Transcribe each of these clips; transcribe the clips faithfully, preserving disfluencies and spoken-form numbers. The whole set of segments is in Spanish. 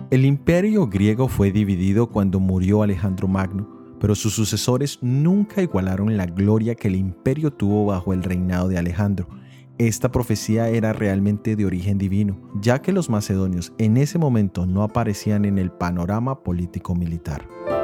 El imperio griego fue dividido cuando murió Alejandro Magno, pero sus sucesores nunca igualaron la gloria que el imperio tuvo bajo el reinado de Alejandro. Esta profecía era realmente de origen divino, ya que los macedonios en ese momento no aparecían en el panorama político-militar.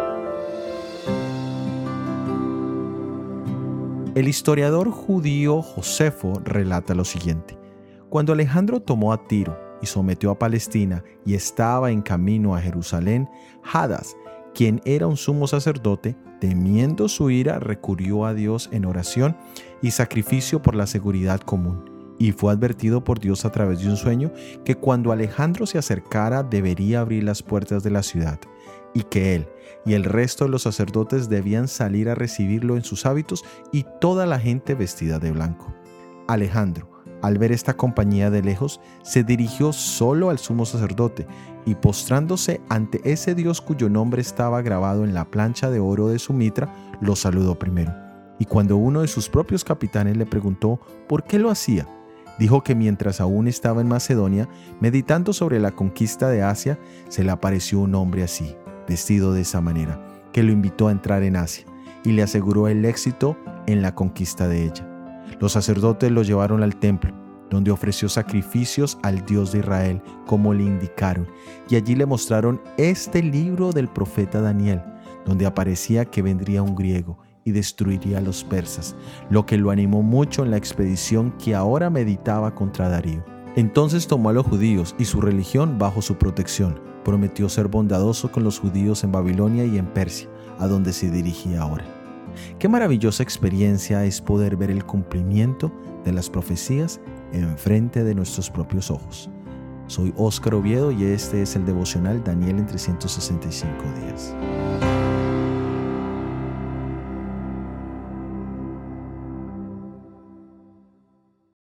El historiador judío Josefo relata lo siguiente: cuando Alejandro tomó a Tiro y sometió a Palestina y estaba en camino a Jerusalén, Hadas, quien era un sumo sacerdote, temiendo su ira, recurrió a Dios en oración y sacrificio por la seguridad común, y fue advertido por Dios a través de un sueño que cuando Alejandro se acercara debería abrir las puertas de la ciudad, y que él y el resto de los sacerdotes debían salir a recibirlo en sus hábitos y toda la gente vestida de blanco. Alejandro, al ver esta compañía de lejos, se dirigió solo al sumo sacerdote y postrándose ante ese Dios cuyo nombre estaba grabado en la plancha de oro de su mitra, lo saludó primero. Y cuando uno de sus propios capitanes le preguntó por qué lo hacía, dijo que mientras aún estaba en Macedonia, meditando sobre la conquista de Asia, se le apareció un hombre así, vestido de esa manera, que lo invitó a entrar en Asia y le aseguró el éxito en la conquista de ella. Los sacerdotes lo llevaron al templo, donde ofreció sacrificios al Dios de Israel, como le indicaron, y allí le mostraron este libro del profeta Daniel, donde aparecía que vendría un griego y destruiría a los persas, lo que lo animó mucho en la expedición que ahora meditaba contra Darío. Entonces tomó a los judíos y su religión bajo su protección. Prometió ser bondadoso con los judíos en Babilonia y en Persia, a donde se dirigía ahora. Qué maravillosa experiencia es poder ver el cumplimiento de las profecías enfrente de nuestros propios ojos. Soy Óscar Oviedo y este es el devocional Daniel en trescientos sesenta y cinco días.